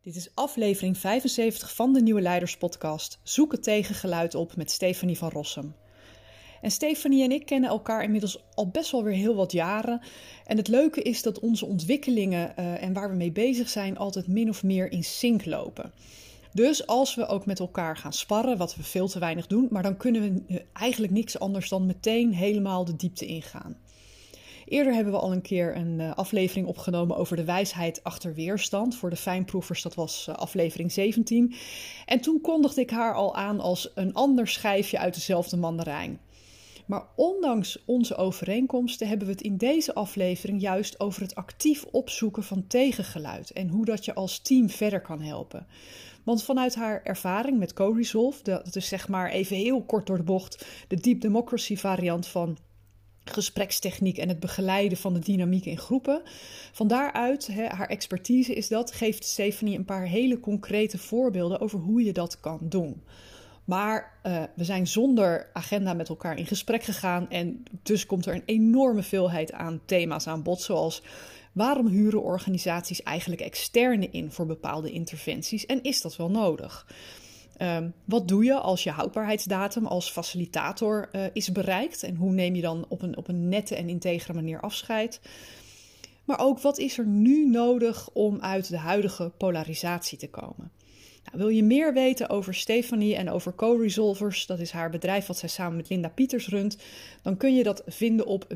Dit is aflevering 75 van de Nieuwe Leiders podcast Zoek het tegengeluid op met Stefanie van Rossum. En Stefanie en ik kennen elkaar inmiddels al best wel weer heel wat jaren. En het leuke is dat onze ontwikkelingen en waar we mee bezig zijn altijd min of meer in sync lopen. Dus als we ook met elkaar gaan sparren, wat we veel te weinig doen, maar dan kunnen we eigenlijk niks anders dan meteen helemaal de diepte ingaan. Eerder hebben we al een keer een aflevering opgenomen over de wijsheid achter weerstand. Voor de fijnproevers, dat was aflevering 17. En toen kondigde ik haar al aan als een ander schijfje uit dezelfde mandarijn. Maar ondanks onze overeenkomsten hebben we het in deze aflevering juist over het actief opzoeken van tegengeluid. En hoe dat je als team verder kan helpen. Want vanuit haar ervaring met Co-Resolve, dat is zeg maar even heel kort door de bocht, de Deep Democracy variant van gesprekstechniek en het begeleiden van de dynamiek in groepen. Van daaruit, haar expertise is dat, geeft Stefanie een paar hele concrete voorbeelden over hoe je dat kan doen. Maar we zijn zonder agenda met elkaar in gesprek gegaan en dus komt er een enorme veelheid aan thema's aan bod, zoals waarom huren organisaties eigenlijk externe in voor bepaalde interventies en is dat wel nodig? Wat doe je als je houdbaarheidsdatum als facilitator is bereikt? En hoe neem je dan op een nette en integere manier afscheid? Maar ook wat is er nu nodig om uit de huidige polarisatie te komen? Nou, wil je meer weten over Stefanie en over Co-Resolvers, dat is haar bedrijf wat zij samen met Linda Pieters runt, dan kun je dat vinden op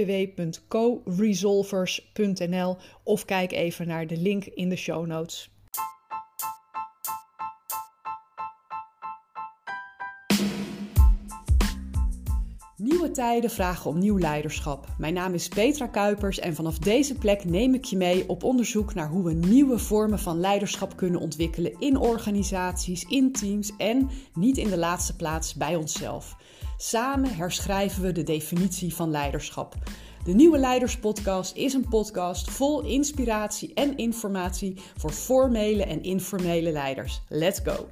www.coresolvers.nl of kijk even naar de link in de show notes. Nieuwe tijden vragen om nieuw leiderschap. Mijn naam is Petra Kuipers en vanaf deze plek neem ik je mee op onderzoek naar hoe we nieuwe vormen van leiderschap kunnen ontwikkelen in organisaties, in teams en, niet in de laatste plaats, bij onszelf. Samen herschrijven we de definitie van leiderschap. De Nieuwe Leiders podcast is een podcast vol inspiratie en informatie voor formele en informele leiders. Let's go!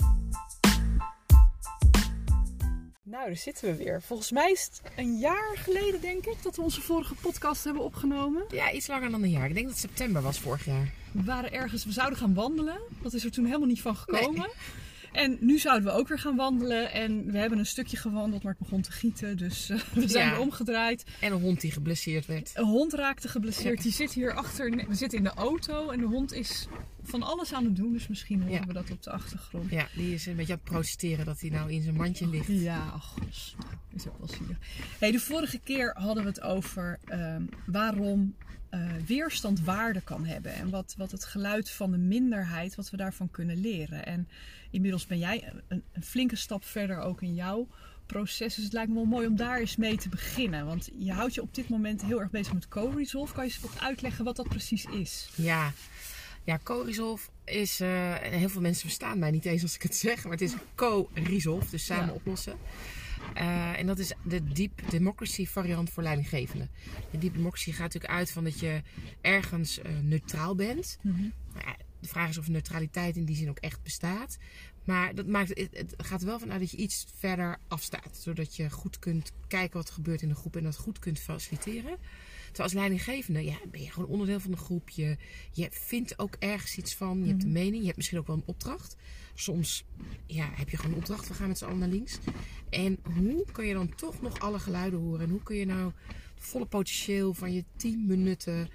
Nou, daar zitten we weer. Volgens mij is het een jaar geleden, denk ik, dat we onze vorige podcast hebben opgenomen. Ja, iets langer dan een jaar. Ik denk dat het september was vorig jaar. We zouden gaan wandelen. Dat is er toen helemaal niet van gekomen. Nee. En nu zouden we ook weer gaan wandelen. En we hebben een stukje gewandeld, maar het begon te gieten. Dus we zijn weer omgedraaid. En een hond die geblesseerd werd. Een hond raakte geblesseerd. Ja. Die zit hier achter. We zitten in de auto en de hond is van alles aan het doen. Dus misschien horen we dat op de achtergrond. Ja, die is een beetje aan het protesteren dat hij nou in zijn mandje ligt. Ja, god. Nou, is ook wel zielig. Hey, de vorige keer hadden we het over waarom weerstand waarde kan hebben. En wat het geluid van de minderheid, wat we daarvan kunnen leren. En inmiddels ben jij een flinke stap verder ook in jouw proces. Dus het lijkt me wel mooi om daar eens mee te beginnen. Want je houdt je op dit moment heel erg bezig met Co-Resolve. Kan je eens wat uitleggen wat dat precies is? Ja, Co-Resolve is, heel veel mensen verstaan mij niet eens als ik het zeg, maar het is Co-Resolve, dus samen oplossen. En dat is de Deep Democracy variant voor leidinggevenden. De Deep Democracy gaat natuurlijk uit van dat je ergens neutraal bent. Mm-hmm. De vraag is of neutraliteit in die zin ook echt bestaat. Maar dat het gaat er wel vanuit dat je iets verder afstaat. Zodat je goed kunt kijken wat er gebeurt in de groep en dat goed kunt faciliteren. Terwijl als leidinggevende ben je gewoon onderdeel van de groep. Je vindt ook ergens iets van. Je hebt een mening. Je hebt misschien ook wel een opdracht. Soms heb je gewoon een opdracht. We gaan met z'n allen naar links. En hoe kun je dan toch nog alle geluiden horen? En hoe kun je nou het volle potentieel van je team benutten?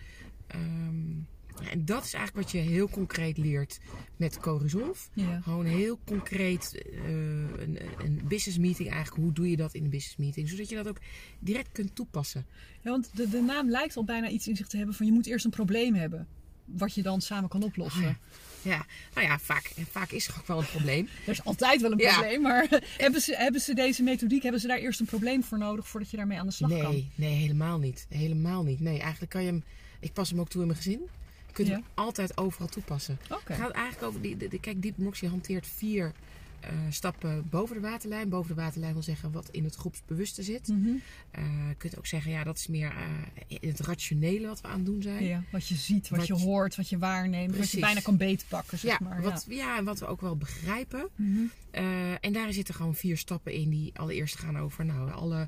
En dat is eigenlijk wat je heel concreet leert met Co-Resolve. Ja. Gewoon heel concreet een business meeting eigenlijk. Hoe doe je dat in een business meeting? Zodat je dat ook direct kunt toepassen. Ja, want de naam lijkt al bijna iets in zich te hebben van je moet eerst een probleem hebben. Wat je dan samen kan oplossen. Ja, nou ja, vaak is er ook wel een probleem. Er is altijd wel een probleem, maar hebben ze deze methodiek, hebben ze daar eerst een probleem voor nodig voordat je daarmee aan de slag kan? Nee, helemaal niet. Helemaal niet. Nee, eigenlijk kan je hem, ik pas hem ook toe in mijn gezin. Je kunt hem altijd overal toepassen. Okay. Het gaat eigenlijk over, kijk, Deep Democracy hanteert 4 stappen boven de waterlijn. Boven de waterlijn wil zeggen wat in het groepsbewuste zit. Mm-hmm. Je kunt ook zeggen, dat is meer het rationele wat we aan het doen zijn. Ja, wat je ziet, wat je hoort, wat je waarneemt. Precies. Wat je bijna kan beetpakken, zeg maar. En wat we ook wel begrijpen. Mm-hmm. En daar zitten gewoon 4 stappen in die allereerst gaan over alle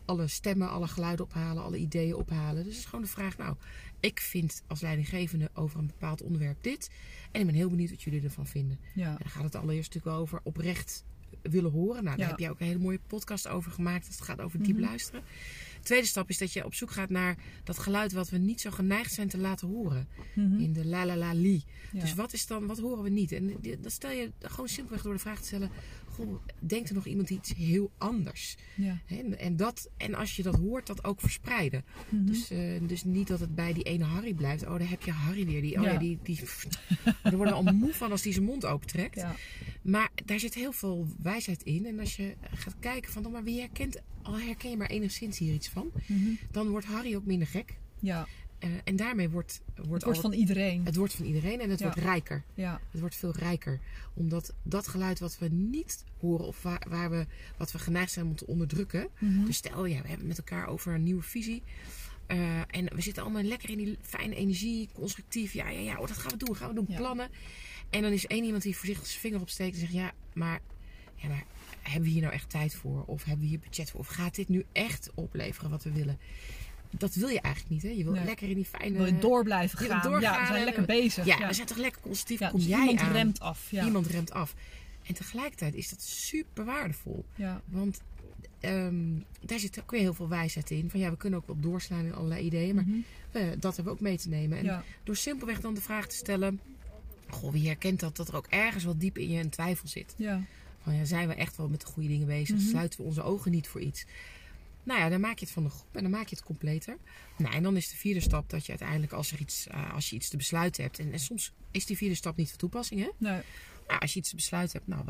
alle stemmen, alle geluiden ophalen, alle ideeën ophalen. Dus het is gewoon de vraag, nou, ik vind als leidinggevende over een bepaald onderwerp dit. En ik ben heel benieuwd wat jullie ervan vinden. Ja. En dan gaat het allereerst natuurlijk wel over oprecht willen horen. Nou, daar heb jij ook een hele mooie podcast over gemaakt. Het gaat over diep luisteren. De tweede stap is dat je op zoek gaat naar dat geluid wat we niet zo geneigd zijn te laten horen. In de la la la li. Ja. Dus wat horen we niet? En dat stel je gewoon simpelweg door de vraag te stellen. Goh, denkt er nog iemand iets heel anders? Ja. En als je dat hoort, dat ook verspreiden. Dus niet dat het bij die ene Harry blijft. Oh, daar heb je Harry weer. Daar worden we al moe van als die zijn mond opentrekt. Ja. Maar daar zit heel veel wijsheid in. En als je gaat kijken van, maar wie herken je maar enigszins hier iets van? Dan wordt Harry ook minder gek. Ja. En daarmee wordt van iedereen. Het wordt van iedereen en het wordt rijker. Ja. Het wordt veel rijker. Omdat dat geluid wat we niet horen of wat we geneigd zijn om te onderdrukken. Dus stel, we hebben het met elkaar over een nieuwe visie. En we zitten allemaal lekker in die fijne energie, constructief. Ja, dat gaan we doen. Plannen. En dan is één iemand die voorzichtig zijn vinger opsteekt en zegt, maar hebben we hier nou echt tijd voor? Of hebben we hier budget voor? Of gaat dit nu echt opleveren wat we willen? Dat wil je eigenlijk niet, hè? Je wil lekker in die fijne... Wil je door blijven gaan. Ja, we zijn lekker bezig. Ja, we zijn toch lekker constructief. Ja, Kom dus jij iemand aan. remt af. Ja. Iemand remt af. En tegelijkertijd is dat super waardevol. Ja. Want daar zit ook weer heel veel wijsheid in. Van we kunnen ook wel doorslaan in allerlei ideeën. Maar dat hebben we ook mee te nemen. En door simpelweg dan de vraag te stellen... Goh, wie herkent dat er ook ergens wel diep in je een twijfel zit? Ja. Van, zijn we echt wel met de goede dingen bezig? Sluiten we onze ogen niet voor iets? Nou ja, dan maak je het van de groep en dan maak je het completer. Nou, en dan is de vierde stap dat je uiteindelijk als je iets te besluiten hebt... En soms is die vierde stap niet van toepassing, hè? Nee. Nou, als je iets te besluiten hebt,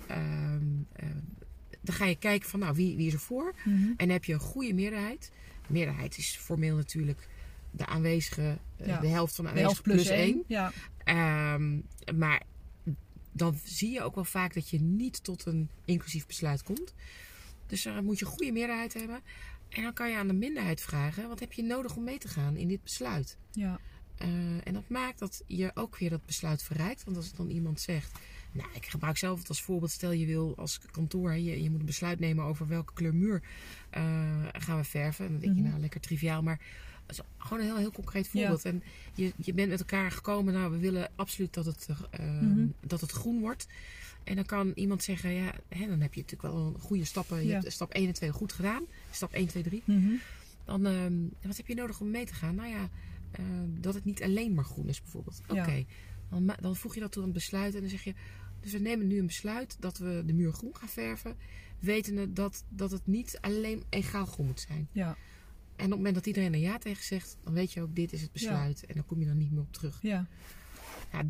dan ga je kijken van, wie is er voor? En dan heb je een goede meerderheid. De meerderheid is formeel natuurlijk de aanwezige, de helft van de aanwezige plus 1. Ja. Maar dan zie je ook wel vaak dat je niet tot een inclusief besluit komt. Dus daar moet je een goede meerderheid hebben. En dan kan je aan de minderheid vragen, wat heb je nodig om mee te gaan in dit besluit? Ja. En dat maakt dat je ook weer dat besluit verrijkt. Want als dan iemand zegt... Nou, ik gebruik zelf het als voorbeeld. Stel je wil als kantoor... Je moet een besluit nemen over welke kleur muur gaan we verven. En dan denk je, lekker triviaal. Maar dat is gewoon een heel, heel concreet voorbeeld. Ja. En je bent met elkaar gekomen... we willen absoluut dat het groen wordt. En dan kan iemand zeggen... dan heb je natuurlijk wel een goede stappen. Je hebt stap 1 en 2 goed gedaan. Stap 1, 2, 3. Dan, wat heb je nodig om mee te gaan? Nou ja... dat het niet alleen maar groen is bijvoorbeeld. Oké. Dan voeg je dat toe aan het besluit en dan zeg je... Dus we nemen nu een besluit dat we de muur groen gaan verven... wetende dat het niet alleen egaal groen moet zijn. Ja. En op het moment dat iedereen er ja tegen zegt... dan weet je ook, dit is het besluit. Ja. En dan kom je dan niet meer op terug. Ja. Nou,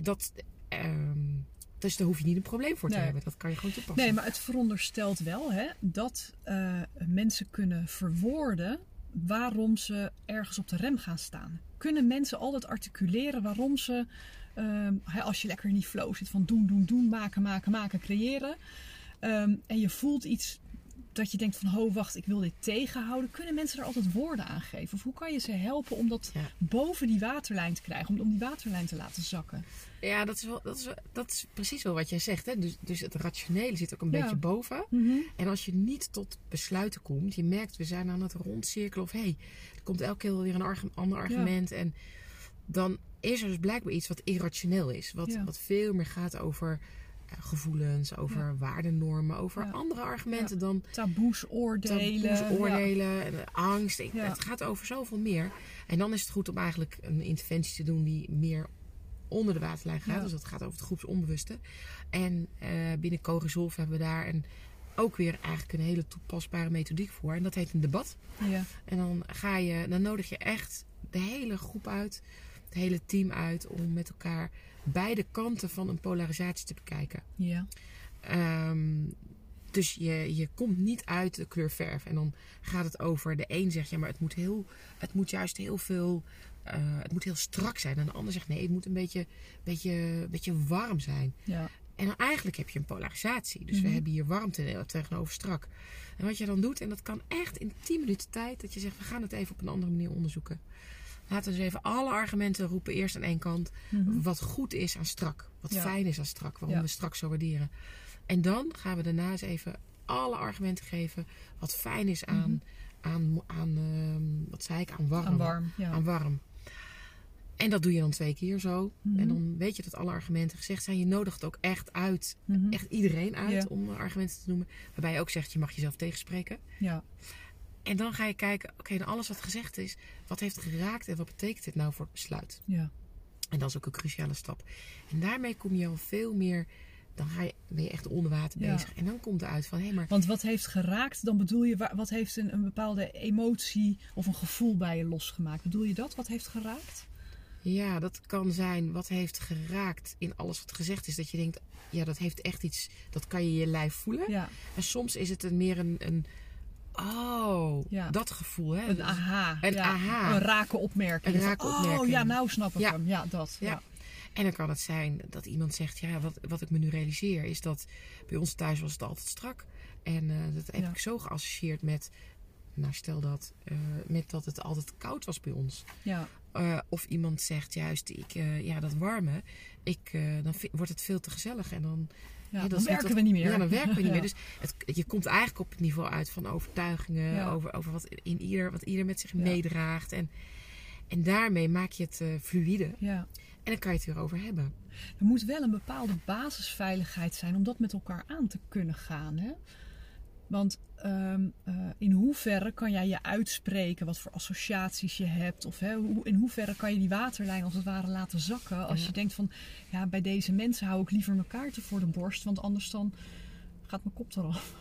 dus daar hoef je niet een probleem voor te hebben. Dat kan je gewoon toepassen. Nee, maar het veronderstelt wel dat mensen kunnen verwoorden... waarom ze ergens op de rem gaan staan. Kunnen mensen altijd articuleren waarom ze... als je lekker in die flow zit van doen, maken, creëren... en je voelt iets dat je denkt van... wacht, ik wil dit tegenhouden. Kunnen mensen er altijd woorden aan geven? Of hoe kan je ze helpen om dat boven die waterlijn te krijgen? Om die waterlijn te laten zakken? Ja, dat is precies wel wat jij zegt. Hè? Dus het rationele zit ook een beetje boven. En als je niet tot besluiten komt... je merkt, we zijn aan het rondcirkelen... of er komt elke keer weer een ander argument... en dan is er dus blijkbaar iets wat irrationeel is. Wat veel meer gaat over... gevoelens, over waardenormen, over andere argumenten dan... Taboes, oordelen. En angst. Het gaat over zoveel meer. En dan is het goed om eigenlijk een interventie te doen die meer onder de waterlijn gaat. Dus dat gaat over het groepsonbewuste. En binnen Co-Resolve hebben we daar ook weer eigenlijk een hele toepasbare methodiek voor. En dat heet een debat. Ja. En dan nodig je echt de hele groep uit, het hele team uit, om met elkaar beide kanten van een polarisatie te bekijken. Ja. Dus je komt niet uit de kleur verf. En dan gaat het over... De een zegt, maar het moet juist heel veel... het moet heel strak zijn. En de ander zegt, nee, het moet een beetje warm zijn. Ja. En dan eigenlijk heb je een polarisatie. Dus we hebben hier warmte tegenover strak. En wat je dan doet, en dat kan echt in 10 minuten tijd... dat je zegt, we gaan het even op een andere manier onderzoeken. Laten we dus even alle argumenten roepen. Eerst aan één kant. Wat goed is aan strak. Wat fijn is aan strak. Waarom we strak zo waarderen. En dan gaan we daarna eens even alle argumenten geven. Wat fijn is wat zei ik? Aan warm. Aan warm. En dat doe je dan 2 keer zo. Mm-hmm. En dan weet je dat alle argumenten gezegd zijn. Je nodigt ook echt uit. Mm-hmm. Echt iedereen uit om argumenten te noemen. Waarbij je ook zegt, je mag jezelf tegenspreken. Ja. En dan ga je kijken, oké, alles wat gezegd is. Wat heeft geraakt en wat betekent dit nou voor het besluit? Ja. En dat is ook een cruciale stap. En daarmee kom je al veel meer... Dan ben je echt onder water bezig. En dan komt er uit van... maar... Want wat heeft geraakt, dan bedoel je... Wat heeft een bepaalde emotie of een gevoel bij je losgemaakt? Bedoel je dat? Wat heeft geraakt? Ja, dat kan zijn wat heeft geraakt in alles wat gezegd is. Dat je denkt, ja, dat heeft echt iets... Dat kan je je lijf voelen. Ja. En soms is het meer een dat gevoel. Hè? Een aha. Aha. Een rake opmerking. Oh ja, nou snap ik hem. Ja, dat. Ja. En dan kan het zijn dat iemand zegt... Ja, wat ik me nu realiseer is dat... Bij ons thuis was het altijd strak. En dat heb ik zo geassocieerd met... Nou, stel dat... met dat het altijd koud was bij ons. Ja. Of iemand zegt juist... dat warme... dan wordt het veel te gezellig. En dan... dan werken we niet meer. Ja, dan werken we niet meer. Dus je komt eigenlijk op het niveau uit van overtuigingen... Ja. Over wat ieder met zich meedraagt. En daarmee maak je het fluïde. Ja. En dan kan je het erover hebben. Er moet wel een bepaalde basisveiligheid zijn om dat met elkaar aan te kunnen gaan. Hè? Want in hoeverre kan jij je uitspreken wat voor associaties je hebt? Of in hoeverre kan je die waterlijn als het ware laten zakken? Als je denkt van, ja, bij deze mensen hou ik liever mijn kaarten voor de borst. Want anders dan gaat mijn kop eraf.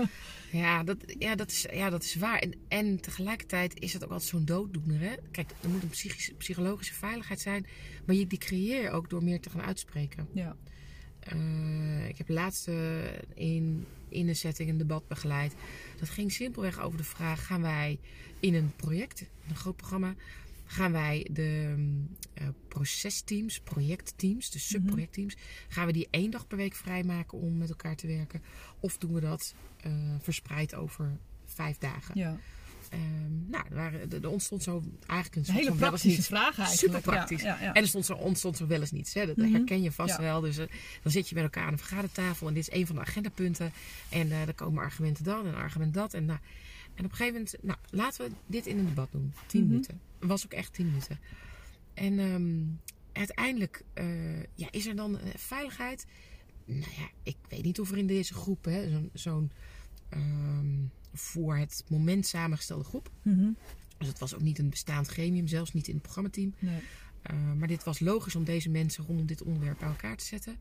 Dat is waar. En tegelijkertijd is het ook altijd zo'n dooddoener. Hè? Kijk, er moet een psychologische veiligheid zijn. Maar die creëer je ook door meer te gaan uitspreken. Ja. Ik heb laatst in een setting een debat begeleid. Dat ging simpelweg over de vraag... gaan wij in een project, een groot programma... gaan wij de procesteams, projectteams, de subprojectteams... gaan we die 1 dag per week vrijmaken om met elkaar te werken? Of doen we dat verspreid over 5 dagen? Ja. Er ontstond zo eigenlijk een hele praktische vraag eigenlijk. Super praktisch. Ja. En er ontstond zo wel eens niets. Hè? Dat herken je vast wel. Dus dan zit je met elkaar aan een vergadertafel. En dit is een van de agendapunten. En er komen argumenten dan en argument dat. En op een gegeven moment... laten we dit in een debat doen. 10 minuten. Het was ook echt 10 minuten. En uiteindelijk is er dan veiligheid. Nou ja, ik weet niet of er in deze groep... zo'n voor het moment samengestelde groep. Mm-hmm. Dus het was ook niet een bestaand gremium, zelfs niet in het programmateam. Nee. Maar dit was logisch om deze mensen rondom dit onderwerp bij elkaar te zetten.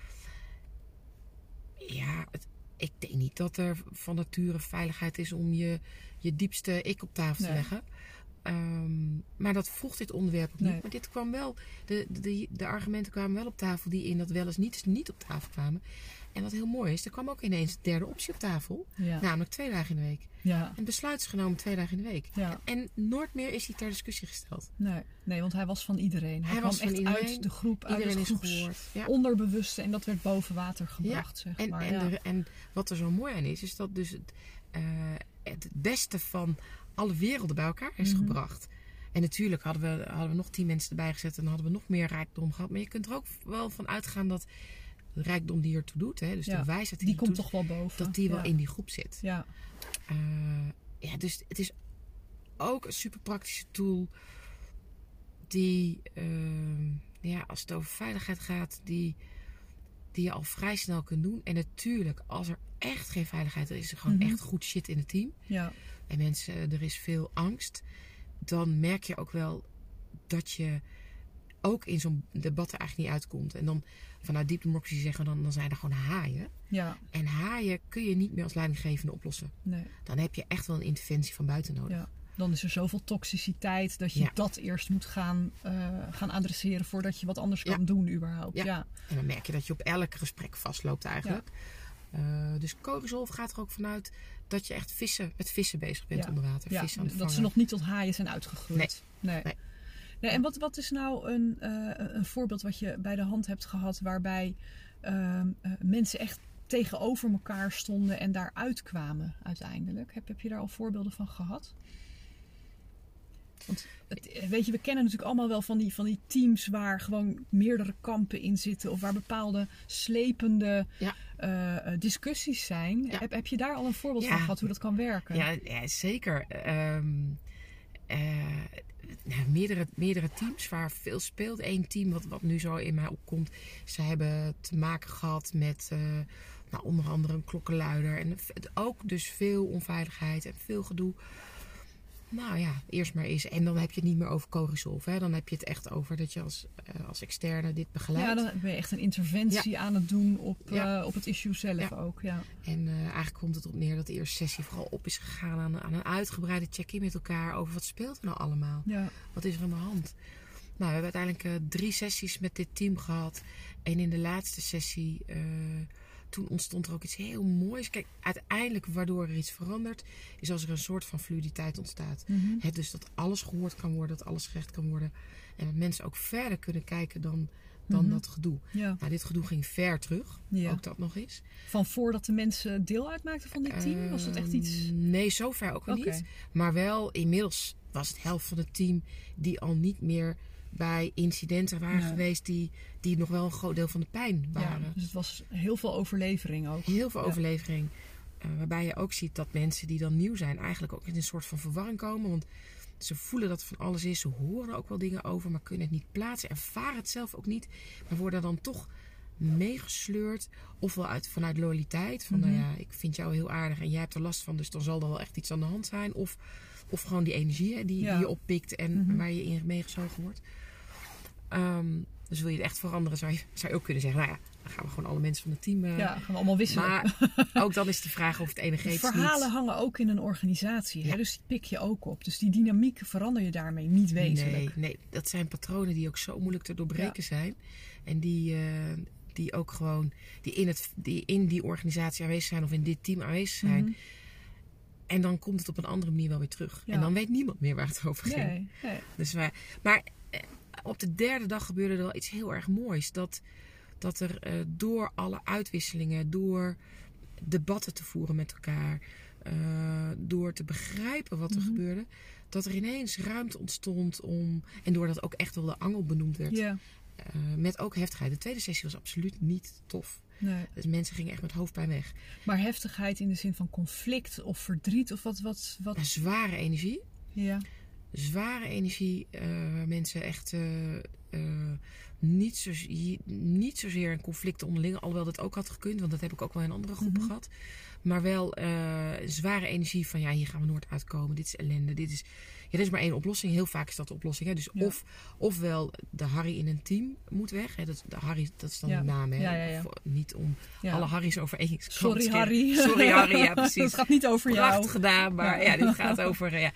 Ja, ik denk niet dat er van nature veiligheid is om je diepste ik op tafel te leggen. Maar dat vroeg dit onderwerp ook niet. Maar dit kwam wel, de argumenten kwamen wel op tafel die in dat wel eens niet op tafel kwamen. En wat heel mooi is, er kwam ook ineens een derde optie op tafel. Ja. Namelijk 2 dagen in de week. Ja. En besluit is genomen 2 dagen in de week. Ja. En nooit meer is hij ter discussie gesteld. Nee, want hij was van iedereen. Hij kwam echt uit de groep, uit het groeps onderbewuste. En dat werd boven water gebracht. Ja. Zeg maar. En wat er zo mooi aan is dat dus het beste van alle werelden bij elkaar is gebracht. En natuurlijk hadden we nog 10 mensen erbij gezet en hadden we nog meer rijkdom gehad. Maar je kunt er ook wel van uitgaan dat de rijkdom die ertoe doet, hè, dus de wijsheid die komt toch wel boven. Dat die wel in die groep zit. Ja. Dus het is ook een super praktische tool die, als het over veiligheid gaat, die je al vrij snel kunt doen. En natuurlijk, als er echt geen veiligheid is, er gewoon echt goed shit in het team. Ja. En mensen, er is veel angst. Dan merk je ook wel dat je ook in zo'n debat er eigenlijk niet uitkomt. En dan vanuit Deep Democracy zeggen we dan zijn er gewoon haaien. Ja. En haaien kun je niet meer als leidinggevende oplossen. Nee. Dan heb je echt wel een interventie van buiten nodig. Ja. Dan is er zoveel toxiciteit dat je dat eerst moet gaan adresseren voordat je wat anders kan doen überhaupt. Ja. En dan merk je dat je op elk gesprek vastloopt eigenlijk. Ja. Dus Co-Resolve gaat er ook vanuit dat je echt met vissen bezig bent onder water. Ja, vissen aan het dat ze nog niet tot haaien zijn uitgegroeid. Nee. En wat is nou een voorbeeld wat je bij de hand hebt gehad waarbij mensen echt tegenover elkaar stonden en daaruit kwamen uiteindelijk? Heb je daar al voorbeelden van gehad? Want weet je, we kennen natuurlijk allemaal wel van die teams waar gewoon meerdere kampen in zitten. Of waar bepaalde slepende discussies zijn. Ja. Heb je daar al een voorbeeld van gehad hoe dat kan werken? Ja, zeker. Meerdere teams waar veel speelt. Eén team wat nu zo in mij opkomt. Ze hebben te maken gehad met onder andere een klokkenluider. En ook dus veel onveiligheid en veel gedoe. Nou ja, eerst maar eens. En dan heb je het niet meer over co-resolve. Hè. Dan heb je het echt over dat je als externe dit begeleidt. Ja, dan ben je echt een interventie aan het doen op het issue zelf ook. Ja. En eigenlijk komt het op neer dat de eerste sessie vooral op is gegaan aan een uitgebreide check-in met elkaar over wat speelt er nou allemaal. Ja. Wat is er aan de hand? Nou, we hebben uiteindelijk 3 sessies met dit team gehad. En in de laatste sessie, toen ontstond er ook iets heel moois. Kijk, uiteindelijk waardoor er iets verandert, is als er een soort van fluiditeit ontstaat. Mm-hmm. Dus dat alles gehoord kan worden, dat alles gerecht kan worden. En dat mensen ook verder kunnen kijken dan dat gedoe. Ja. Nou, dit gedoe ging ver terug. Ja. Ook dat nog eens. Van voordat de mensen deel uitmaakten van dit team? Was dat echt iets? Nee, zover ook wel niet. Maar wel, inmiddels was het helft van het team die al niet meer bij incidenten waren geweest die nog wel een groot deel van de pijn waren. Ja, dus het was heel veel overlevering ook. Heel veel overlevering. Waarbij je ook ziet dat mensen die dan nieuw zijn eigenlijk ook in een soort van verwarring komen. Want ze voelen dat het van alles is. Ze horen er ook wel dingen over, maar kunnen het niet plaatsen. Ervaren het zelf ook niet. Maar worden dan toch meegesleurd. Ofwel vanuit loyaliteit. Van nou ja, ik vind jou heel aardig en jij hebt er last van. Dus dan zal er wel echt iets aan de hand zijn. Of gewoon die energie die je oppikt en waar je in meegezogen wordt. Dus wil je het echt veranderen, zou je ook kunnen zeggen, nou ja, dan gaan we gewoon alle mensen van het team gaan we allemaal wisselen. Maar ook dan is de vraag of het energetisch niet. Verhalen hangen ook in een organisatie, hè? Dus die pik je ook op. Dus die dynamiek verander je daarmee niet wezenlijk. Nee, dat zijn patronen die ook zo moeilijk te doorbreken zijn. En die ook gewoon, die in die organisatie aanwezig zijn of in dit team aanwezig zijn. Mm-hmm. En dan komt het op een andere manier wel weer terug. Ja. En dan weet niemand meer waar het over ging. Nee. Dus maar op de 3e dag gebeurde er wel iets heel erg moois. Dat er door alle uitwisselingen, door debatten te voeren met elkaar, door te begrijpen wat er gebeurde, dat er ineens ruimte ontstond om, en doordat ook echt wel de angel benoemd werd, met ook heftigheid. De 2e sessie was absoluut niet tof. Nee. Dus mensen gingen echt met hoofdpijn weg. Maar heftigheid in de zin van conflict of verdriet of wat? Een zware energie. Ja. Zware energie. Mensen echt niet zozeer een conflict onderling. Alhoewel dat ook had gekund. Want dat heb ik ook wel in andere groepen gehad. Maar wel zware energie van hier gaan we nooit uitkomen. Dit is ellende. Er is maar 1 oplossing. Heel vaak is dat de oplossing. Hè? Dus ofwel de Harry in een team moet weg. Hè? De Harry, dat is dan de naam. Hè? Ja. Niet om alle Harry's over één. Sorry Harry. Sorry Harry, ja precies. Het gaat niet over jou. Prachtig gedaan, maar dit gaat over...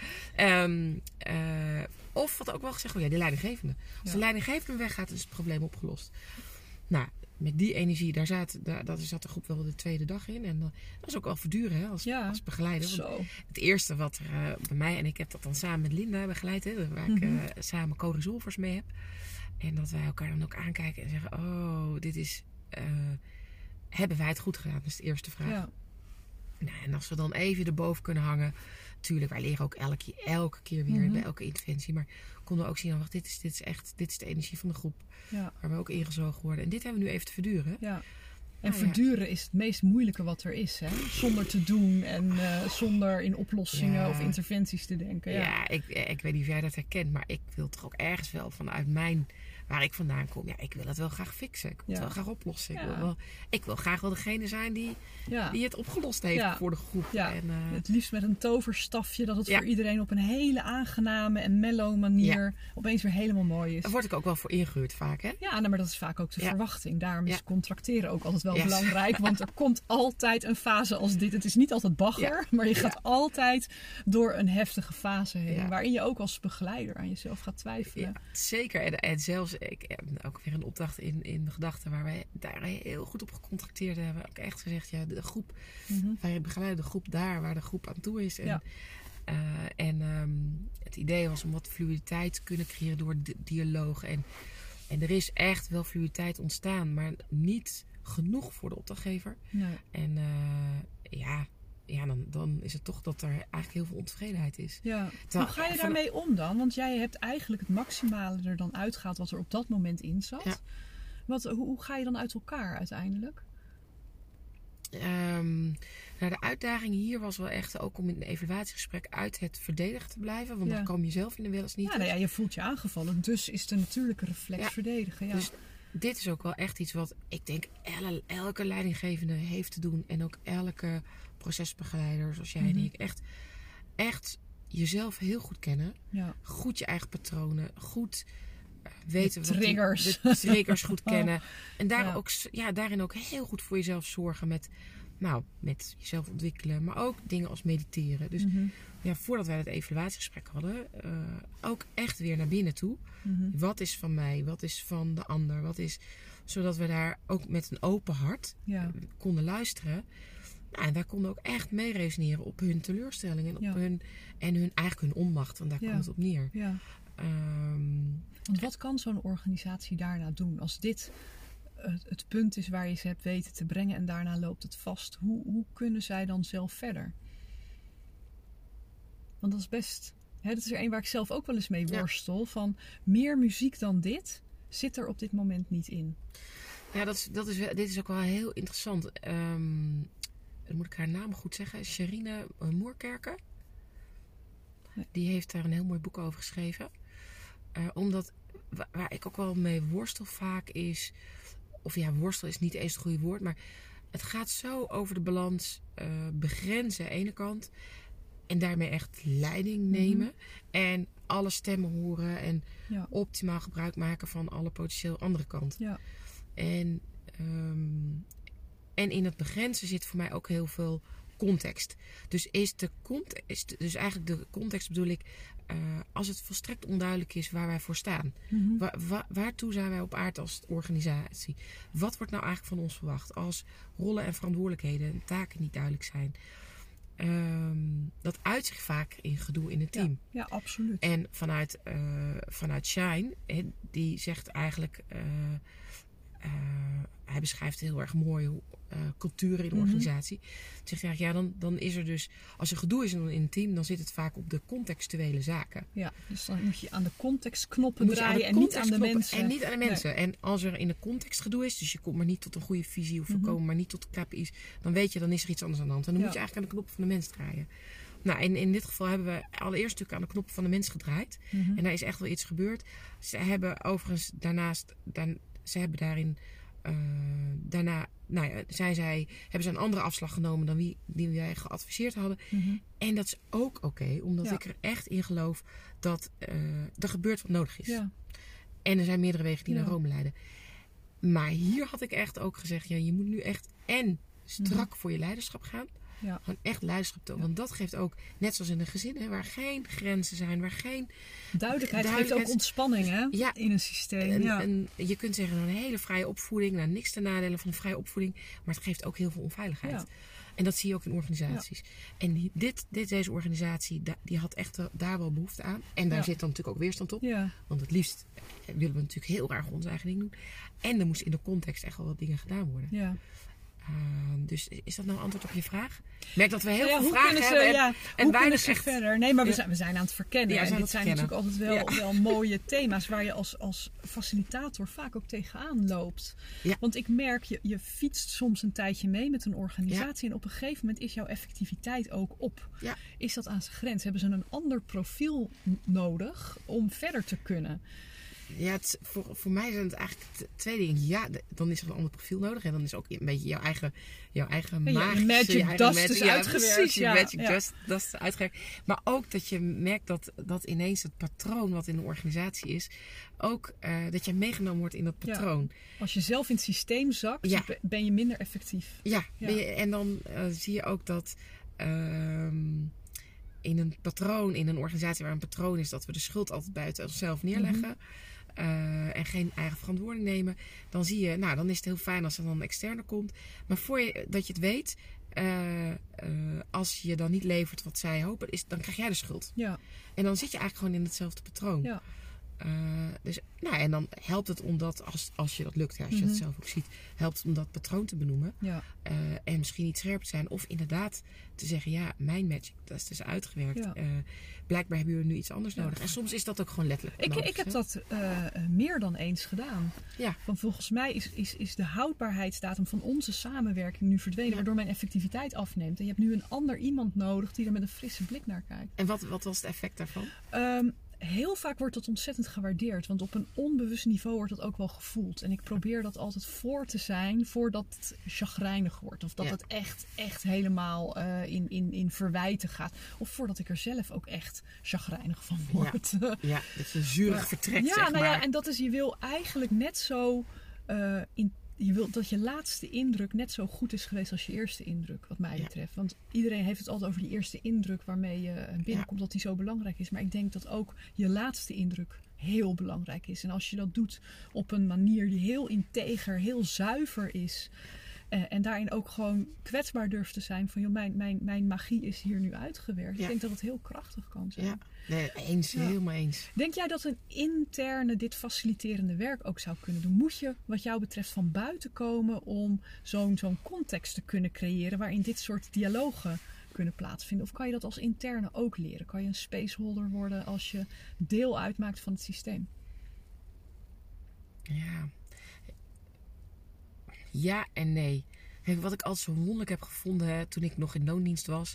of wat ook wel gezegd wordt, de leidinggevende. Als de leidinggevende weggaat, is het probleem opgelost. Nou, met die energie, daar zat de groep wel de 2e dag in. En dat is ook wel verduren hè, als begeleider. Zo. Het eerste wat er bij mij, en ik heb dat dan samen met Linda begeleid, hè, waar ik samen co-resolvers mee heb. En dat wij elkaar dan ook aankijken en zeggen, dit is... hebben wij het goed gedaan? Dat is de eerste vraag. Ja. Nou, en als we dan even erboven kunnen hangen. Tuurlijk, wij leren ook elke keer weer bij elke interventie. Maar konden we ook zien, dit is de energie van de groep. Ja. Waar we ook ingezogen worden. En dit hebben we nu even te verduren. Ja. En verduren is het meest moeilijke wat er is. Hè? Zonder te doen en zonder in oplossingen of interventies te denken. Ja, ik weet niet of jij dat herkent. Maar ik wil toch ook ergens wel vanuit waar ik vandaan kom. Ja, ik wil het wel graag fixen. Ik wil het wel graag oplossen. Ik wil graag wel degene zijn die het opgelost heeft voor de groep. Ja. En, het liefst met een toverstafje. Dat het voor iedereen op een hele aangename en mellow manier opeens weer helemaal mooi is. Daar word ik ook wel voor ingehuurd vaak. Hè? Ja, maar dat is vaak ook de verwachting. Daarom is contracteren ook altijd wel belangrijk. Want er komt altijd een fase als dit. Het is niet altijd bagger. Maar je gaat altijd door een heftige fase heen. Ja. Waarin je ook als begeleider aan jezelf gaat twijfelen. Ja, zeker. En zelfs... Ik heb ook weer een opdracht in mijn gedachten waar wij daar heel goed op gecontracteerd hebben. Ook echt gezegd, de groep, wij begeleiden de groep daar waar de groep aan toe is. En het idee was om wat fluiditeit te kunnen creëren door dialoog. En er is echt wel fluiditeit ontstaan, maar niet genoeg voor de opdrachtgever. Nee. En dan is het toch dat er eigenlijk heel veel ontevredenheid is. Ja. Terwijl, Hoe ga je daarmee om dan? Want jij hebt eigenlijk het maximale er dan uitgehaald wat er op dat moment in zat. Ja. Hoe ga je dan uit elkaar uiteindelijk? De uitdaging hier was wel echt ook om in een evaluatiegesprek uit het verdedigen te blijven. Want dan kom je zelf in de wel eens niet. Ja, je voelt je aangevallen. Dus is de natuurlijke reflex verdedigen. Ja. Dus dit is ook wel echt iets wat ik denk elke leidinggevende heeft te doen. En ook elke procesbegeleider zoals jij die ik echt jezelf heel goed kennen. Ja. Goed je eigen patronen. Goed weten de triggers goed kennen. En daarin ook heel goed voor jezelf zorgen met jezelf ontwikkelen. Maar ook dingen als mediteren. Dus voordat wij het evaluatiegesprek hadden, ook echt weer naar binnen toe. Wat is van mij? Wat is van de ander? Zodat we daar ook met een open hart konden luisteren. Nou, en wij konden ook echt mee resoneren op hun teleurstellingen. En eigenlijk hun onmacht. Want daar kwam het op neer. Ja. Want wat kan zo'n organisatie daarna doen? Als dit het punt is waar je ze hebt weten te brengen en daarna loopt het vast. Hoe kunnen zij dan zelf verder? Want dat is best... dat is er een waar ik zelf ook wel eens mee worstel. Van meer muziek dan dit zit er op dit moment niet in. Ja, dit is ook wel heel interessant. Dan moet ik haar naam goed zeggen. Sherine Moerkerke. Nee. Die heeft daar een heel mooi boek over geschreven. Omdat waar ik ook wel mee worstel vaak is... worstel is niet eens het goede woord. Maar het gaat zo over de balans begrenzen aan de ene kant. En daarmee echt leiding nemen. En alle stemmen horen. En optimaal gebruik maken van alle potentieel andere kant. Ja. En in het begrenzen zit voor mij ook heel veel context. Dus eigenlijk de context bedoel ik... als het volstrekt onduidelijk is waar wij voor staan. Waartoe zijn wij op aarde als organisatie? Wat wordt nou eigenlijk van ons verwacht? Als rollen en verantwoordelijkheden en taken niet duidelijk zijn. Dat uit zich vaak in gedoe in het team. Ja, absoluut. En vanuit Shine, die zegt eigenlijk... hij beschrijft heel erg mooi cultuur in de organisatie. Hij zegt eigenlijk, dan is er dus... Als er gedoe is in een team, dan zit het vaak op de contextuele zaken. Ja, dus dan moet je aan de contextknoppen draaien en niet aan de mensen. En niet aan de mensen. Nee. En als er in de context gedoe is, dus je komt maar niet tot een goede visie of we komen maar niet tot KPI's, dan weet je, dan is er iets anders aan de hand. En dan moet je eigenlijk aan de knoppen van de mens draaien. Nou, in dit geval hebben we allereerst natuurlijk aan de knoppen van de mens gedraaid. En daar is echt wel iets gebeurd. Ze hebben overigens ze hebben daarin daarna hebben ze een andere afslag genomen dan die wij geadviseerd hadden. En dat is ook oké, omdat ik er echt in geloof dat er gebeurt wat nodig is. Ja. En er zijn meerdere wegen die naar Rome leiden. Maar hier had ik echt ook gezegd, je moet nu echt strak voor je leiderschap gaan. Ja. Gewoon echt leiderschap tonen. Want dat geeft ook, net zoals in een gezin, waar geen grenzen zijn, waar geen duidelijkheid geeft ook ontspanning in een systeem. En je kunt zeggen, een hele vrije opvoeding, niks ten nadele van een vrije opvoeding, maar het geeft ook heel veel onveiligheid. Ja. En dat zie je ook in organisaties. Ja. En deze organisatie, die had echt daar wel behoefte aan. En daar zit dan natuurlijk ook weerstand op. Ja. Want het liefst willen we natuurlijk heel graag ons eigen ding doen. En er moest in de context echt wel wat dingen gedaan worden. Ja. Dus is dat nou een antwoord op je vraag? Ik merk dat we heel veel vragen hebben. En weinig echt verder. Nee, maar we zijn aan het verkennen. Ja, en dit zijn natuurlijk altijd wel mooie thema's waar je als facilitator vaak ook tegenaan loopt. Ja. Want ik merk, je fietst soms een tijdje mee met een organisatie en op een gegeven moment is jouw effectiviteit ook op. Ja. Is dat aan zijn grens? Hebben ze een ander profiel nodig om verder te kunnen? Ja, voor mij zijn het eigenlijk twee dingen. Ja, dan is er een ander profiel nodig. En dan is ook een beetje jouw eigen magische... magic dust is uitgewerkt. Precies, je magic dust is uitgewerkt. Maar ook dat je merkt dat ineens het patroon wat in de organisatie is... ook dat je meegenomen wordt in dat patroon. Ja. Als je zelf in het systeem zakt, ben je minder effectief. Ja. En dan zie je ook dat... in een organisatie waar een patroon is... dat we de schuld altijd buiten onszelf neerleggen... en geen eigen verantwoording nemen... dan zie je, dan is het heel fijn als er dan een externe komt. Maar dat je het weet... als je dan niet levert wat zij hopen... dan krijg jij de schuld. Ja. En dan zit je eigenlijk gewoon in hetzelfde patroon. Ja. En dan helpt het om dat, als je dat lukt, als je dat zelf ook ziet, helpt het om dat patroon te benoemen. Ja. En misschien niet scherp te zijn. Of inderdaad te zeggen, ja, mijn magic, dat is dus uitgewerkt. Ja. Blijkbaar hebben jullie nu iets anders nodig. En soms is dat ook gewoon letterlijk nodig. Ik heb dat meer dan eens gedaan. Ja. Van volgens mij is de houdbaarheidsdatum van onze samenwerking nu verdwenen, waardoor mijn effectiviteit afneemt. En je hebt nu een ander iemand nodig die er met een frisse blik naar kijkt. En wat was het effect daarvan? Heel vaak wordt dat ontzettend gewaardeerd. Want op een onbewust niveau wordt dat ook wel gevoeld. En ik probeer dat altijd voor te zijn voordat het chagrijnig wordt. Of dat het echt helemaal in verwijten gaat. Of voordat ik er zelf ook echt chagrijnig van word. Ja, dat je zuurig vertrekt, zeg maar. Ja, en dat is, je wil eigenlijk net zo... Je wilt dat je laatste indruk net zo goed is geweest als je eerste indruk, wat mij betreft. Want iedereen heeft het altijd over die eerste indruk waarmee je binnenkomt, dat die zo belangrijk is. Maar ik denk dat ook je laatste indruk heel belangrijk is. En als je dat doet op een manier die heel integer, heel zuiver is... en daarin ook gewoon kwetsbaar durft te zijn van, joh, mijn magie is hier nu uitgewerkt. Ja. Ik denk dat het heel krachtig kan zijn. Ja, nee, eens, helemaal eens. Denk jij dat een interne dit faciliterende werk ook zou kunnen doen? Moet je wat jou betreft van buiten komen om zo'n context te kunnen creëren waarin dit soort dialogen kunnen plaatsvinden? Of kan je dat als interne ook leren? Kan je een spaceholder worden als je deel uitmaakt van het systeem? Ja en nee. Kijk, wat ik altijd zo wonderlijk heb gevonden toen ik nog in loondienst was.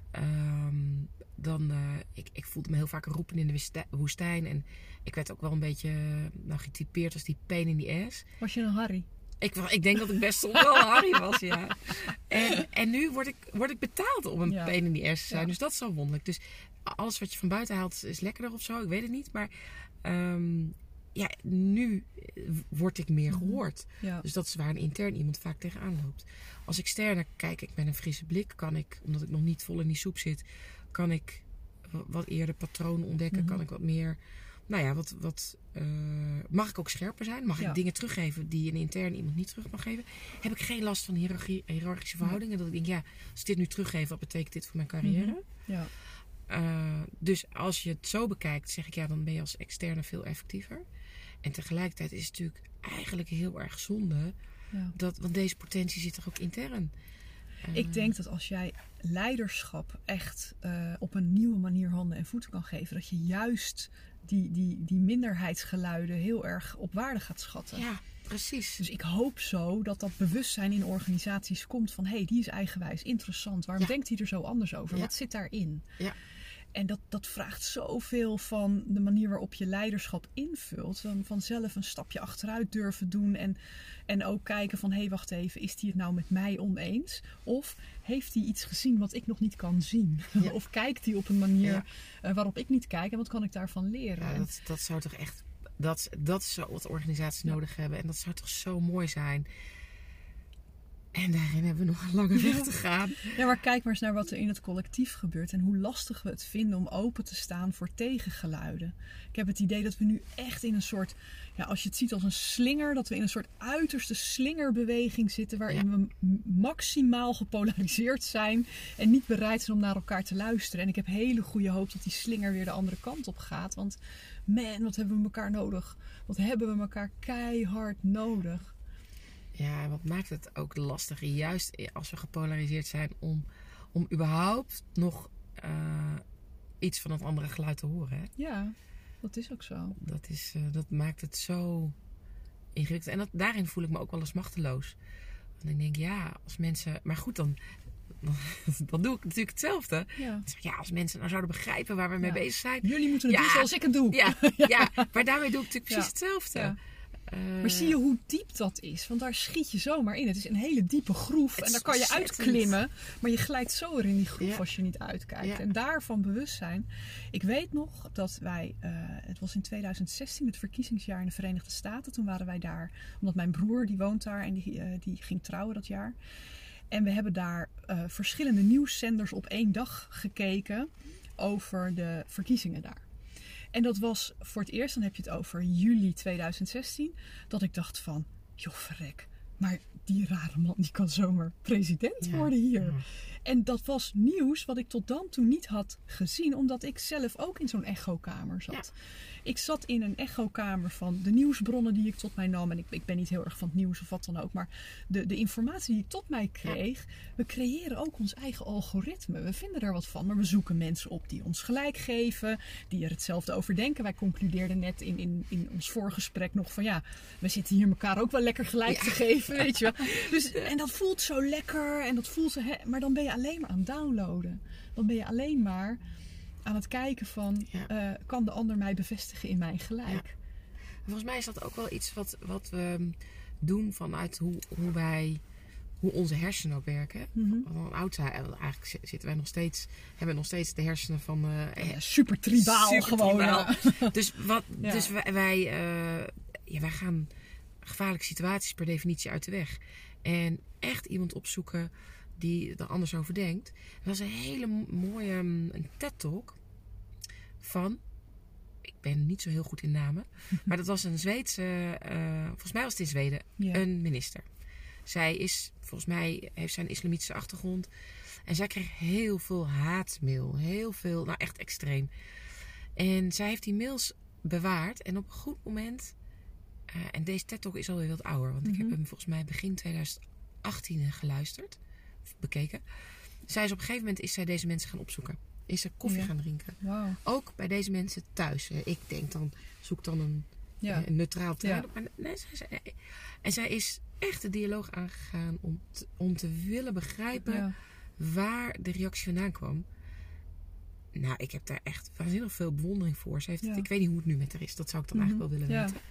Ik voelde me heel vaak roepen in de woestijn. En ik werd ook wel een beetje getypeerd als die pain in the ass. Was je een Harry? Ik denk dat ik best wel een Harry was, ja. En nu word ik betaald om een pain in the ass te zijn. Ja. Dus dat is zo wonderlijk. Dus alles wat je van buiten haalt is lekkerder of zo. Ik weet het niet. Maar... nu word ik meer gehoord. Ja. Dus dat is waar een intern iemand vaak tegenaan loopt. Als externe kijk ik met een frisse blik, kan ik, omdat ik nog niet vol in die soep zit, kan ik wat eerder patronen ontdekken. Kan ik wat meer, mag ik ook scherper zijn? Mag ik dingen teruggeven die een intern iemand niet terug mag geven? Heb ik geen last van hiërarchische verhoudingen? Dat ik denk, als ik dit nu teruggeef, wat betekent dit voor mijn carrière? Ja. Dus als je het zo bekijkt, zeg ik, dan ben je als externe veel effectiever. En tegelijkertijd is het natuurlijk eigenlijk heel erg zonde. Ja. Want deze potentie zit er ook intern. Ik denk dat als jij leiderschap echt op een nieuwe manier handen en voeten kan geven, dat je juist die minderheidsgeluiden heel erg op waarde gaat schatten. Ja, precies. Dus ik hoop zo dat bewustzijn in organisaties komt van, die is eigenwijs, interessant. Waarom denkt hij er zo anders over? Wat zit daarin? Ja. En dat vraagt zoveel van de manier waarop je leiderschap invult. Van zelf een stapje achteruit durven doen. En ook kijken van, wacht even, is hij het nou met mij oneens? Of heeft hij iets gezien wat ik nog niet kan zien? Ja. Of kijkt hij op een manier waarop ik niet kijk? En wat kan ik daarvan leren? Ja, dat zou toch echt... Dat is zo wat organisaties nodig hebben. En dat zou toch zo mooi zijn... En daarin hebben we nog een lange weg te gaan. Ja, maar kijk maar eens naar wat er in het collectief gebeurt. En hoe lastig we het vinden om open te staan voor tegengeluiden. Ik heb het idee dat we nu echt in een soort... als je het ziet als een slinger. Dat we in een soort uiterste slingerbeweging zitten. Waarin we maximaal gepolariseerd zijn. En niet bereid zijn om naar elkaar te luisteren. En ik heb hele goede hoop dat die slinger weer de andere kant op gaat. Want wat hebben we elkaar nodig? Wat hebben we elkaar keihard nodig? Ja, en wat maakt het ook lastiger, juist als we gepolariseerd zijn, om überhaupt nog iets van het andere geluid te horen. Hè? Ja, dat is ook zo. Dat maakt het zo ingewikkeld. En daarin voel ik me ook wel eens machteloos. Want ik denk, als mensen... Maar goed, dan doe ik natuurlijk hetzelfde. Ja. Als mensen nou zouden begrijpen waar we mee bezig zijn. Jullie moeten het doen zoals ik het doe. Ja, maar daarmee doe ik natuurlijk precies hetzelfde. Ja. Maar zie je hoe diep dat is? Want daar schiet je zomaar in. Het is een hele diepe groef. En daar kan je uitklimmen. Maar je glijdt zo in die groef als je niet uitkijkt. Ja. En daarvan bewust zijn. Ik weet nog dat wij... het was in 2016, het verkiezingsjaar in de Verenigde Staten. Toen waren wij daar. Omdat mijn broer, die woont daar. En die ging trouwen dat jaar. En we hebben daar verschillende nieuwszenders op één dag gekeken. Over de verkiezingen daar. En dat was voor het eerst, dan heb je het over juli 2016, dat ik dacht van, joh verrek, maar die rare man die kan zomaar president worden hier. Ja. En dat was nieuws wat ik tot dan toe niet had gezien, omdat ik zelf ook in zo'n echokamer zat. Ja. Ik zat in een echokamer van de nieuwsbronnen die ik tot mij nam. En ik ben niet heel erg van het nieuws of wat dan ook. Maar de informatie die ik tot mij kreeg. We creëren ook ons eigen algoritme. We vinden er wat van. Maar we zoeken mensen op die ons gelijk geven. Die er hetzelfde over denken. Wij concludeerden net in ons voorgesprek nog van ja. We zitten hier elkaar ook wel lekker gelijk te geven. Weet je wel. Dus, en dat voelt zo lekker. En dat voelt zo, maar dan ben je alleen maar aan het downloaden. Dan ben je alleen maar aan het kijken van, kan de ander mij bevestigen in mijn gelijk? Ja. Volgens mij is dat ook wel iets wat we doen vanuit hoe onze hersenen ook werken. Mm-hmm. Eigenlijk hebben we nog steeds de hersenen van... super tribaal gewoon. Dus wij gaan gevaarlijke situaties per definitie uit de weg. En echt iemand opzoeken die er anders over denkt. En dat is een hele mooie een TED-talk van... Ik ben niet zo heel goed in namen. Maar dat was een Zweedse... volgens mij was het in Zweden. Yeah. Een minister. Zij is... Volgens mij heeft zij een islamitische achtergrond. En zij kreeg heel veel haatmail. Heel veel... Nou, echt extreem. En zij heeft die mails bewaard. En op een goed moment... en deze TED-talk is alweer wat ouder. Want ik heb hem volgens mij begin 2018 geluisterd. Bekeken. Zij is op een gegeven moment is zij deze mensen gaan opzoeken. Is ze koffie gaan drinken. Wow. Ook bij deze mensen thuis. Ik denk dan, zoek dan een neutraal terrein op. En zij is echt de dialoog aangegaan om te willen begrijpen waar de reactie vandaan kwam. Nou, ik heb daar echt waanzinnig veel bewondering voor. Ze heeft het, ik weet niet hoe het nu met haar is. Dat zou ik dan eigenlijk wel willen weten.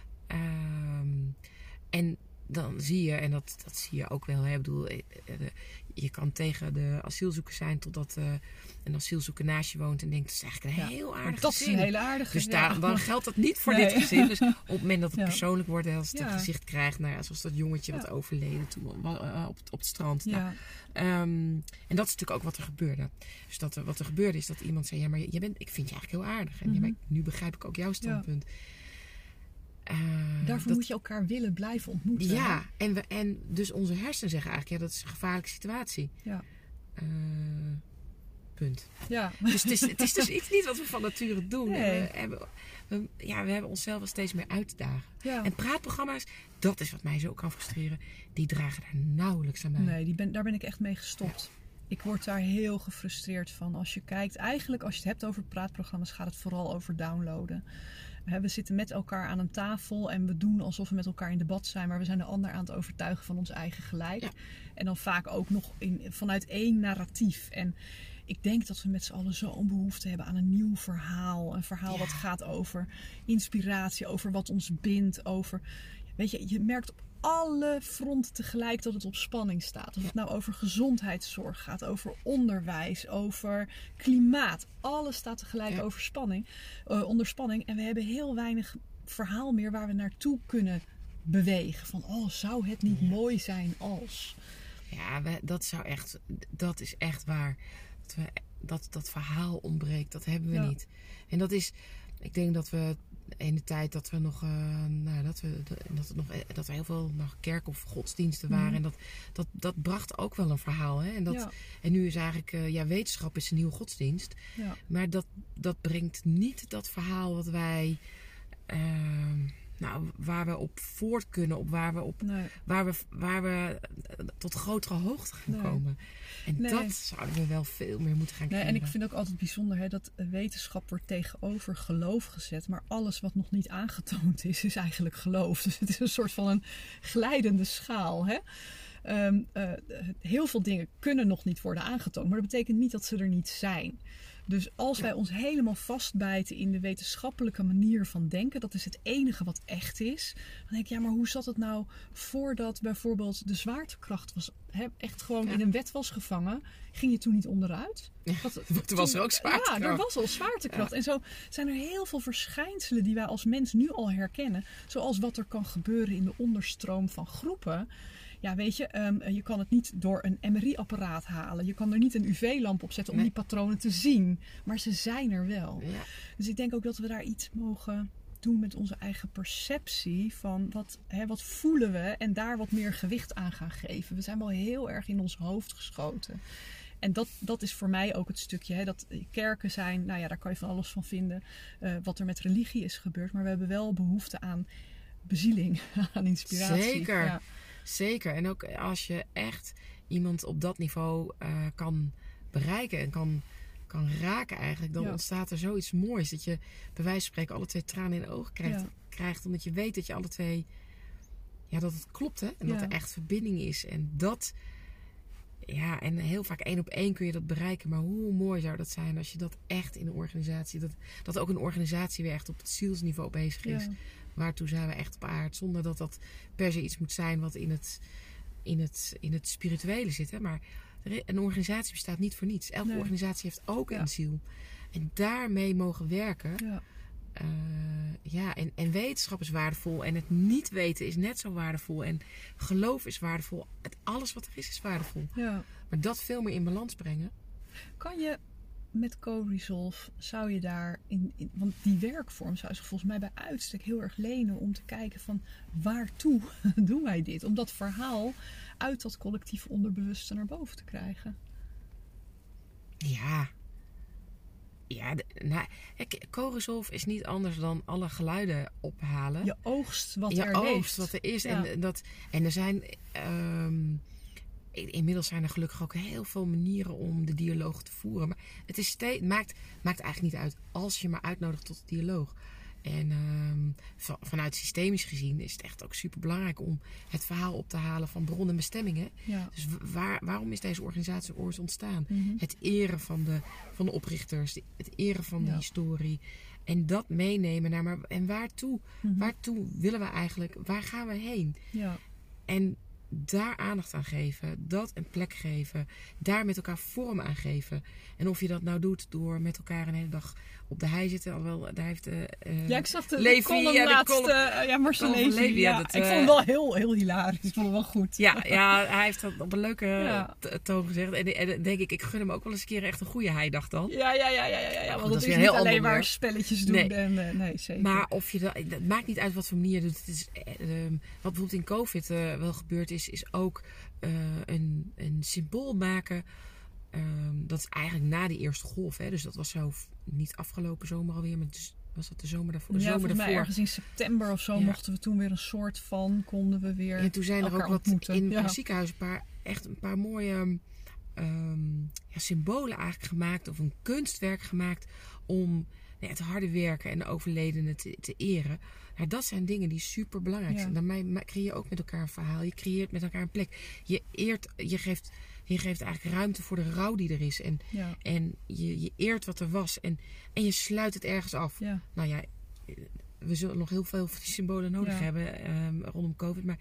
En dan zie je, en dat zie je ook wel. Hè? Ik bedoel, je kan tegen de asielzoeker zijn totdat een asielzoeker naast je woont en denkt, dat is eigenlijk een heel aardig dat gezin. Is een hele aardige. Dus dan geldt dat niet voor dit gezin. Dus op het moment dat het persoonlijk wordt, als het een gezicht krijgt, nou ja, zoals dat jongetje wat overleden toen op het strand. Ja. Nou, en dat is natuurlijk ook wat er gebeurde. Dus wat er gebeurde is dat iemand zei, ja, maar ik vind je eigenlijk heel aardig. En maar nu begrijp ik ook jouw standpunt. Daarvoor moet je elkaar willen blijven ontmoeten. Ja, en dus onze hersenen zeggen eigenlijk, dat is een gevaarlijke situatie. Ja. Punt. Ja. Dus het is dus iets niet wat we van nature doen. Nee. We hebben onszelf wel steeds meer uit te dagen. Ja. En praatprogramma's, dat is wat mij zo kan frustreren, die dragen daar nauwelijks aan bij. Nee, daar ben ik echt mee gestopt. Ja. Ik word daar heel gefrustreerd van. Als je kijkt, eigenlijk als je het hebt over praatprogramma's, gaat het vooral over downloaden. We zitten met elkaar aan een tafel en we doen alsof we met elkaar in debat zijn, maar we zijn de ander aan het overtuigen van ons eigen gelijk. Ja. En dan vaak ook nog vanuit één narratief. En ik denk dat we met z'n allen zo'n behoefte hebben aan een nieuw verhaal. Een verhaal wat gaat over inspiratie, over wat ons bindt, over... Weet je merkt op alle fronten tegelijk dat het op spanning staat. Of het nou over gezondheidszorg gaat, over onderwijs, over klimaat. Alles staat tegelijk onder spanning. En we hebben heel weinig verhaal meer waar we naartoe kunnen bewegen. Van, zou het niet mooi zijn als... Ja, dat is echt waar. Dat verhaal ontbreekt, dat hebben we niet. En dat is, ik denk dat we in de tijd dat we nog, dat er heel veel nog kerk of godsdiensten waren. En dat bracht ook wel een verhaal. Hè? En nu is eigenlijk, wetenschap is een nieuwe godsdienst. Ja. Maar dat brengt niet dat verhaal wat wij... waar we op voort kunnen, waar we tot grotere hoogte gaan komen. En dat zouden we wel veel meer moeten gaan krijgen. En ik vind ook altijd bijzonder dat wetenschap wordt tegenover geloof gezet. Maar alles wat nog niet aangetoond is eigenlijk geloof. Dus het is een soort van een glijdende schaal. Hè? Heel veel dingen kunnen nog niet worden aangetoond. Maar dat betekent niet dat ze er niet zijn. Dus als wij ons helemaal vastbijten in de wetenschappelijke manier van denken, dat is het enige wat echt is. Dan denk ik, maar hoe zat het nou voordat bijvoorbeeld de zwaartekracht echt gewoon in een wet was gevangen? Ging je toen niet onderuit? Toen was er ook zwaartekracht. Ja, er was al zwaartekracht. Ja. En zo zijn er heel veel verschijnselen die wij als mens nu al herkennen. Zoals wat er kan gebeuren in de onderstroom van groepen. Ja, weet je, je kan het niet door een MRI-apparaat halen. Je kan er niet een UV-lamp op zetten om die patronen te zien. Maar ze zijn er wel. Ja. Dus ik denk ook dat we daar iets mogen doen met onze eigen perceptie van wat voelen we en daar wat meer gewicht aan gaan geven. We zijn wel heel erg in ons hoofd geschoten. En dat is voor mij ook het stukje, dat kerken zijn, nou ja, daar kan je van alles van vinden, wat er met religie is gebeurd. Maar we hebben wel behoefte aan bezieling, aan inspiratie. Zeker, ja. Zeker. En ook als je echt iemand op dat niveau kan bereiken en kan raken eigenlijk, dan ontstaat er zoiets moois. Dat je bij wijze van spreken alle twee tranen in de ogen krijgt. Omdat je weet dat je alle twee, dat het klopt, hè. En dat er echt verbinding is. En dat, en heel vaak 1 op 1 kun je dat bereiken. Maar hoe mooi zou dat zijn als je dat echt in een organisatie, dat ook een organisatie weer echt op het zielsniveau bezig is. Ja. Waartoe zijn we echt op aarde. Zonder dat dat per se iets moet zijn wat in het spirituele zit. Hè. Maar een organisatie bestaat niet voor niets. Elke organisatie heeft ook een ziel. En daarmee mogen werken. Ja. En wetenschap is waardevol. En het niet weten is net zo waardevol. En geloof is waardevol. Alles wat er is waardevol. Ja. Maar dat veel meer in balans brengen. Kan je met Co-Resolve, zou je daar want die werkvorm zou zich volgens mij bij uitstek heel erg lenen om te kijken van waartoe doen wij dit? Om dat verhaal uit dat collectief onderbewuste naar boven te krijgen. Ja. Co-Resolve is niet anders dan alle geluiden ophalen. Je oogst wat er is. Ja. En er zijn inmiddels zijn er gelukkig ook heel veel manieren om de dialoog te voeren. Maar het maakt eigenlijk niet uit als je maar uitnodigt tot de dialoog. En vanuit systemisch gezien is het echt ook super belangrijk om het verhaal op te halen van bron en bestemmingen. Ja. Dus waarom is deze organisatie ooit ontstaan? Mm-hmm. Het eren van de oprichters, het eren van de historie. En dat meenemen naar en waartoe? Mm-hmm. Waartoe willen we eigenlijk? Waar gaan we heen? Ja. En daar aandacht aan geven, dat een plek geven, daar met elkaar vorm aan geven. En of je dat nou doet door met elkaar een hele dag op de hei zitten, alhoewel daar heeft ik zag de column laatste, Marcel Levy. Ik vond hem wel heel hilarisch, ik vond hem wel goed. Ja, hij heeft dat op een leuke toon gezegd. En denk ik gun hem ook wel eens een keer echt een goede heidag dan. Ja, want dat is niet alleen maar spelletjes doen. Nee, zeker. Maar of je dat maakt niet uit wat voor manier je doet. Het is, wat bijvoorbeeld in COVID wel gebeurd is ook een symbool maken. Dat is eigenlijk na die eerste golf. Hè? Dus dat was zo niet afgelopen zomer alweer. Maar dus was dat de zomer daarvoor? Ja, volgens mij ergens in september of zo mochten we toen weer een soort van, konden we weer en toen zijn er ook wat in het ziekenhuis een paar mooie symbolen eigenlijk gemaakt. Of een kunstwerk gemaakt om het harde werken en de overledenen te eren. Nou, dat zijn dingen die super belangrijk zijn. Dan creëer je ook met elkaar een verhaal. Je creëert met elkaar een plek. Je geeft eigenlijk ruimte voor de rouw die er is. En je eert wat er was. En je sluit het ergens af. Ja. Nou ja, we zullen nog heel veel van die symbolen nodig hebben rondom COVID. Maar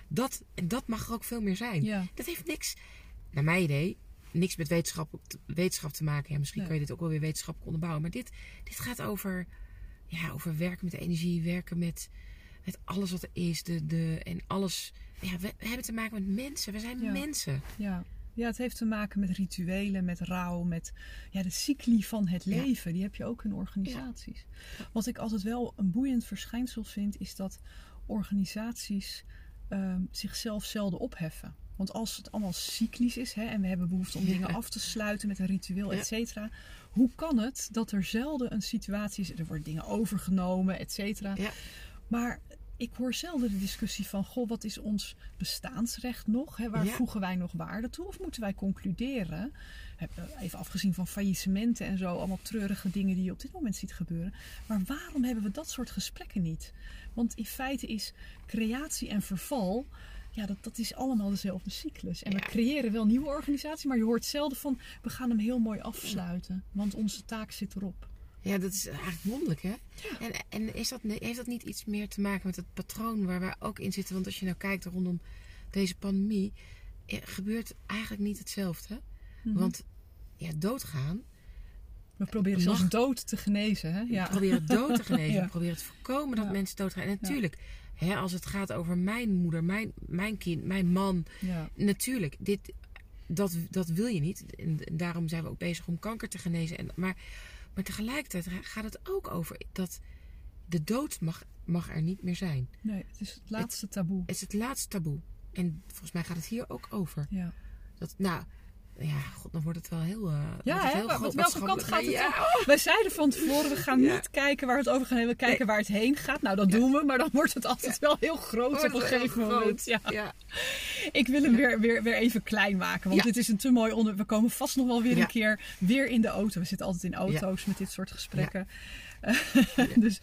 dat mag er ook veel meer zijn. Ja. Dat heeft niks, naar mijn idee, niks met wetenschap te maken. Ja, misschien kan je dit ook wel weer wetenschappelijk onderbouwen. Maar dit gaat over werken met de energie. Werken met alles wat er is. En alles. Ja, we hebben te maken met mensen. We zijn mensen. Ja, het heeft te maken met rituelen, met rouw, met de cycli van het leven. Die heb je ook in organisaties. Ja. Wat ik altijd wel een boeiend verschijnsel vind, is dat organisaties zichzelf zelden opheffen. Want als het allemaal cyclisch is, en we hebben behoefte om dingen af te sluiten met een ritueel, et cetera. Hoe kan het dat er zelden een situatie is, er worden dingen overgenomen, et cetera. Ja. Maar ik hoor zelden de discussie van, wat is ons bestaansrecht nog? Waar voegen wij nog waarde toe? Of moeten wij concluderen, even afgezien van faillissementen en zo, allemaal treurige dingen die je op dit moment ziet gebeuren. Maar waarom hebben we dat soort gesprekken niet? Want in feite is creatie en verval, dat is allemaal dezelfde cyclus. En we creëren wel nieuwe organisaties, maar je hoort zelden van, we gaan hem heel mooi afsluiten. Want onze taak zit erop. Ja, dat is eigenlijk wonderlijk, hè? Ja. En heeft dat niet iets meer te maken met het patroon waar wij ook in zitten? Want als je nou kijkt rondom deze pandemie, gebeurt eigenlijk niet hetzelfde. Mm-hmm. Want doodgaan. We proberen zelfs dood te genezen, hè? Ja. We proberen dood te genezen. We proberen te voorkomen dat mensen doodgaan. En natuurlijk, als het gaat over mijn moeder, mijn kind, mijn man. Ja. Natuurlijk, dat wil je niet. En daarom zijn we ook bezig om kanker te genezen. Maar tegelijkertijd gaat het ook over dat De dood mag er niet meer zijn. Nee, het is het laatste taboe. Het is het laatste taboe. En volgens mij gaat het hier ook over. Ja. Dan wordt het wel heel... welke kant gaat het op? Wij zeiden van tevoren, we gaan niet kijken waar het over gaat. We kijken waar het heen gaat. Nou, dat doen we. Maar dan wordt het altijd wel heel groot op een gegeven moment. Ja. Ik wil hem weer even klein maken. Want dit is een te mooi onderwerp. We komen vast nog wel weer een keer weer in de auto. We zitten altijd in auto's met dit soort gesprekken. Ja. Dus...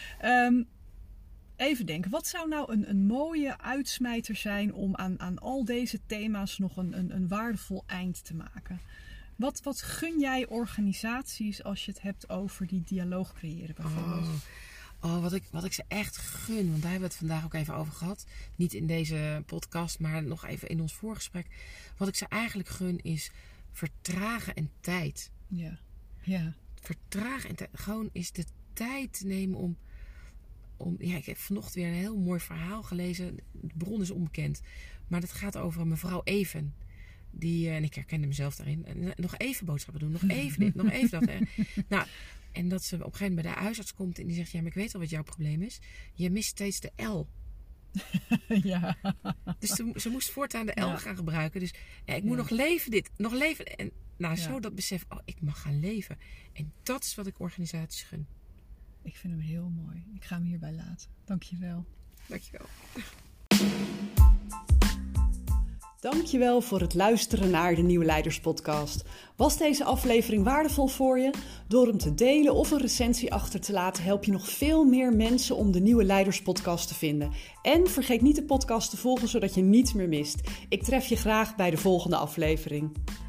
even denken, wat zou nou een mooie uitsmijter zijn om aan al deze thema's nog een waardevol eind te maken? Wat gun jij organisaties als je het hebt over die dialoog creëren bijvoorbeeld? Wat ik ze echt gun, want daar hebben we het vandaag ook even over gehad. Niet in deze podcast, maar nog even in ons voorgesprek. Wat ik ze eigenlijk gun is vertragen en tijd. Ja. Vertragen en tijd. Gewoon is de tijd te nemen om... ik heb vanochtend weer een heel mooi verhaal gelezen. De bron is onbekend. Maar dat gaat over mevrouw Even. En ik herkende mezelf daarin. Nog even boodschappen doen. Nog even dit. Nog even dat. En dat ze op een gegeven moment bij de huisarts komt. En die zegt, maar ik weet al wat jouw probleem is. Je mist steeds de L. Ja. Dus ze moest voortaan de L gaan gebruiken. Dus ik moet nog leven. En zo dat besef. Ik mag gaan leven. En dat is wat ik organisaties gun. Ik vind hem heel mooi. Ik ga hem hierbij laten. Dankjewel. Dankjewel. Dankjewel voor het luisteren naar de Nieuwe Leiders podcast. Was deze aflevering waardevol voor je? Door hem te delen of een recensie achter te laten help je nog veel meer mensen om de Nieuwe Leiders podcast te vinden. En vergeet niet de podcast te volgen zodat je niets meer mist. Ik tref je graag bij de volgende aflevering.